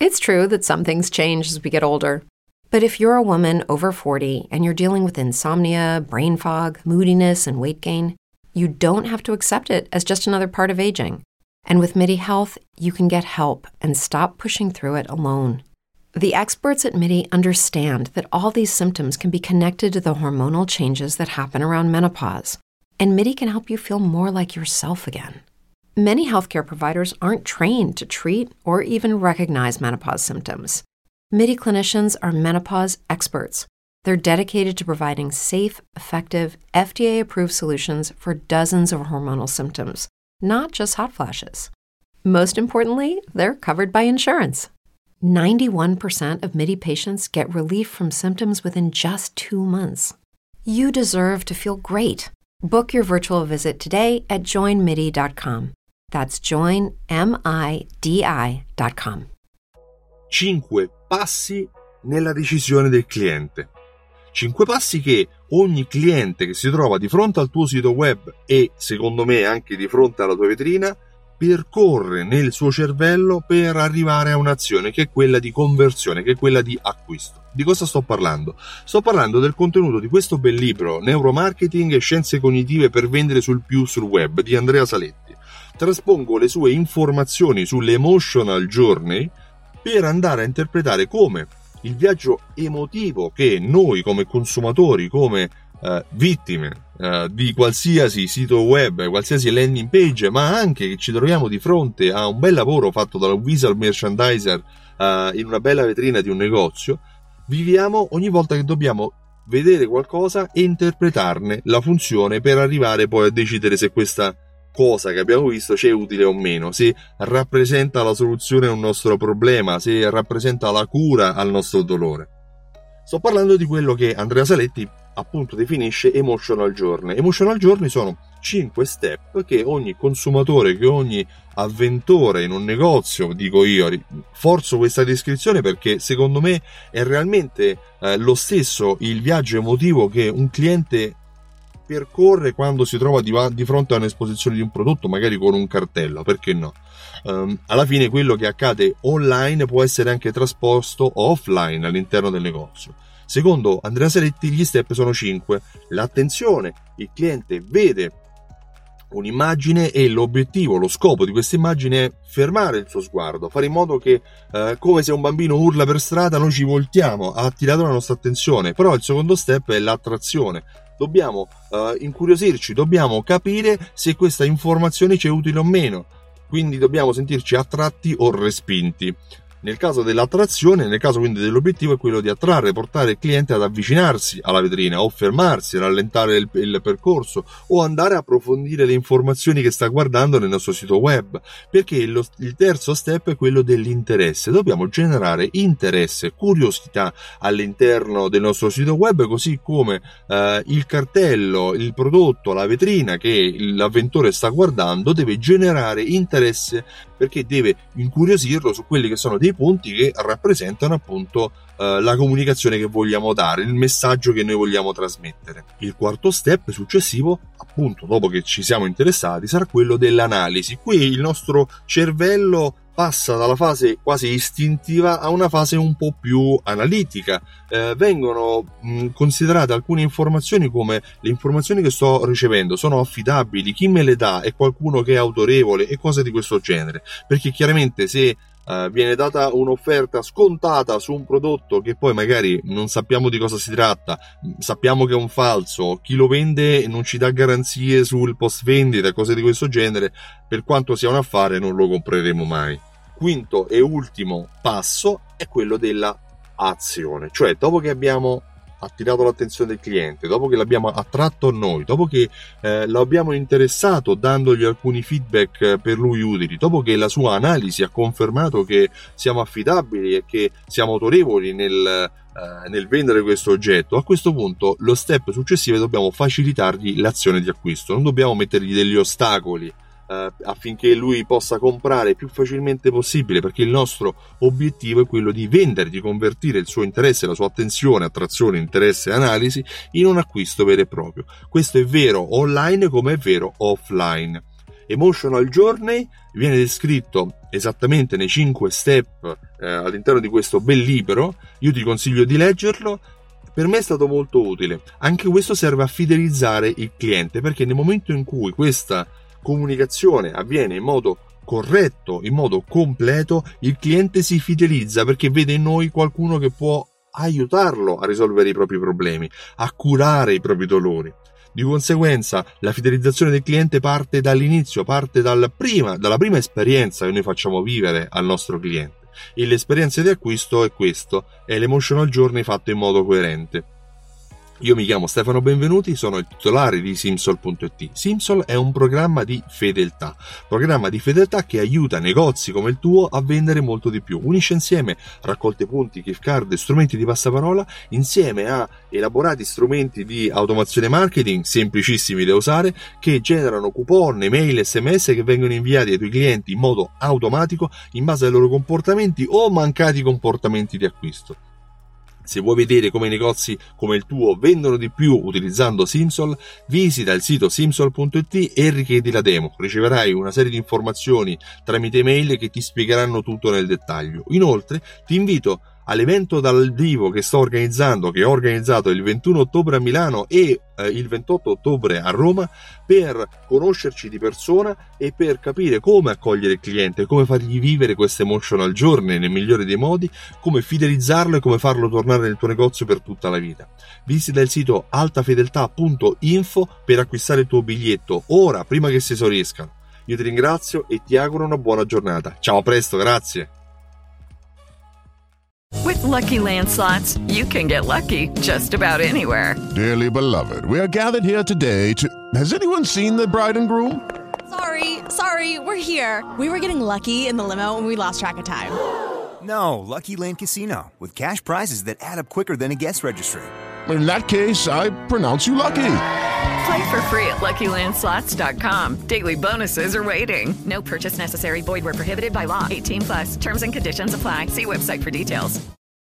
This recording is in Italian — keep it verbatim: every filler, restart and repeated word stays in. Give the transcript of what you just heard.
It's true that some things change as we get older. But if you're a woman over forty and you're dealing with insomnia, brain fog, moodiness, and weight gain, you don't have to accept it as just another part of aging. And with MIDI Health, you can get help and stop pushing through it alone. The experts at MIDI understand that all these symptoms can be connected to the hormonal changes that happen around menopause, and MIDI can help you feel more like yourself again. Many healthcare providers aren't trained to treat or even recognize menopause symptoms. MIDI clinicians are menopause experts. They're dedicated to providing safe, effective, F D A-approved solutions for dozens of hormonal symptoms, not just hot flashes. Most importantly, they're covered by insurance. ninety-one percent of MIDI patients get relief from symptoms within just two months. You deserve to feel great. Book your virtual visit today at join midi dot com. That's join midi dot com. Cinque passi nella decisione del cliente. Cinque passi che ogni cliente che si trova di fronte al tuo sito web e, secondo me, anche di fronte alla tua vetrina, percorre nel suo cervello per arrivare a un'azione che è quella di conversione, che è quella di acquisto. Di cosa sto parlando? Sto parlando del contenuto di questo bel libro, Neuromarketing e Scienze Cognitive per vendere sul più sul web, di Andrea Saletti. Traspongo le sue informazioni sull'emotional journey per andare a interpretare come il viaggio emotivo che noi come consumatori, come eh, vittime eh, di qualsiasi sito web, qualsiasi landing page, ma anche che ci troviamo di fronte a un bel lavoro fatto da un visual merchandiser eh, in una bella vetrina di un negozio, viviamo ogni volta che dobbiamo vedere qualcosa e interpretarne la funzione per arrivare poi a decidere se questa cosa che abbiamo visto ci è utile o meno, se rappresenta la soluzione a un nostro problema, se rappresenta la cura al nostro dolore. Sto parlando di quello che Andrea Saletti appunto definisce emotional journey. Emotional journey sono cinque step che ogni consumatore, che ogni avventore in un negozio, dico io, forzo questa descrizione perché secondo me è realmente eh, lo stesso il viaggio emotivo che un cliente percorre quando si trova di, di fronte a un'esposizione di un prodotto, magari con un cartello, perché no? Um, alla fine quello che accade online può essere anche trasposto offline all'interno del negozio. Secondo Andrea Saletti gli step sono cinque. L'attenzione, il cliente vede un'immagine e l'obiettivo, lo scopo di questa immagine è fermare il suo sguardo, fare in modo che eh, come se un bambino urla per strada noi ci voltiamo, ha attirato la nostra attenzione. Però il secondo step è l'attrazione. Dobbiamo uh, incuriosirci, dobbiamo capire se questa informazione ci è utile o meno, quindi dobbiamo sentirci attratti o respinti. Nel caso dell'attrazione, nel caso quindi dell'obiettivo, è quello di attrarre, portare il cliente ad avvicinarsi alla vetrina o fermarsi, rallentare il, il percorso o andare a approfondire le informazioni che sta guardando nel nostro sito web, perché lo, il terzo step è quello dell'interesse. Dobbiamo generare interesse, curiosità all'interno del nostro sito web, così come eh, il cartello, il prodotto, la vetrina che l'avventore sta guardando deve generare interesse, perché deve incuriosirlo su quelli che sono dei punti che rappresentano appunto eh, la comunicazione che vogliamo dare, il messaggio che noi vogliamo trasmettere. Il quarto step successivo, appunto dopo che ci siamo interessati, sarà quello dell'analisi. Qui il nostro cervello passa dalla fase quasi istintiva a una fase un po' più analitica. Eh, vengono mh, considerate alcune informazioni come: le informazioni che sto ricevendo sono affidabili, chi me le dà è qualcuno che è autorevole e cose di questo genere, perché chiaramente se Uh, viene data un'offerta scontata su un prodotto che poi magari non sappiamo di cosa si tratta, sappiamo che è un falso, chi lo vende non ci dà garanzie sul post vendita, cose di questo genere, per quanto sia un affare non lo compreremo mai. Quinto e ultimo passo è quello della azione, cioè dopo che abbiamo attirato l'attenzione del cliente, dopo che l'abbiamo attratto a noi, dopo che eh, lo abbiamo interessato dandogli alcuni feedback per lui utili, dopo che la sua analisi ha confermato che siamo affidabili e che siamo autorevoli nel, eh, nel vendere questo oggetto, a questo punto lo step successivo dobbiamo facilitargli l'azione di acquisto, non dobbiamo mettergli degli ostacoli affinché lui possa comprare più facilmente possibile, perché il nostro obiettivo è quello di vendere, di convertire il suo interesse, la sua attenzione, attrazione, interesse e analisi in un acquisto vero e proprio. Questo è vero online come è vero offline. Emotional Journey viene descritto esattamente nei cinque step eh, all'interno di questo bel libro. Io ti consiglio di leggerlo. Per me è stato molto utile. Anche questo serve a fidelizzare il cliente, perché nel momento in cui questa comunicazione avviene in modo corretto, in modo completo, il cliente si fidelizza perché vede in noi qualcuno che può aiutarlo a risolvere i propri problemi, a curare i propri dolori. Di conseguenza la fidelizzazione del cliente parte dall'inizio, parte dalla prima, dalla prima esperienza che noi facciamo vivere al nostro cliente. E l'esperienza di acquisto è questo, è l'Emotional Journey fatto in modo coerente. Io mi chiamo Stefano Benvenuti, sono il titolare di Simsol punto it. Simsol è un programma di fedeltà, programma di fedeltà che aiuta negozi come il tuo a vendere molto di più. Unisce insieme raccolte punti, gift card e strumenti di passaparola insieme a elaborati strumenti di automazione marketing semplicissimi da usare, che generano coupon, email, sms che vengono inviati ai tuoi clienti in modo automatico in base ai loro comportamenti o mancati comportamenti di acquisto. Se vuoi vedere come i negozi come il tuo vendono di più utilizzando Simsol, visita il sito Simsol punto it e richiedi la demo. Riceverai una serie di informazioni tramite email che ti spiegheranno tutto nel dettaglio. Inoltre ti invito all'evento dal vivo che sto organizzando, che ho organizzato il ventuno ottobre a Milano e eh, il ventotto ottobre a Roma, per conoscerci di persona e per capire come accogliere il cliente, come fargli vivere questa emotional journey nel migliore dei modi, come fidelizzarlo e come farlo tornare nel tuo negozio per tutta la vita. Visita il sito altafedeltà punto info per acquistare il tuo biglietto ora, prima che si esauriscano. Io ti ringrazio e ti auguro una buona giornata. Ciao, a presto, grazie. With Lucky Land Slots, you can get lucky just about anywhere. Dearly beloved, we are gathered here today to... Has anyone seen the bride and groom? Sorry, sorry, we're here. We were getting lucky in the limo and we lost track of time. No, Lucky Land Casino, with cash prizes that add up quicker than a guest registry. In that case, I pronounce you lucky. Play for free at lucky land slots dot com. Daily bonuses are waiting. No purchase necessary. Void where prohibited by law. eighteen plus. Terms and conditions apply. See website for details.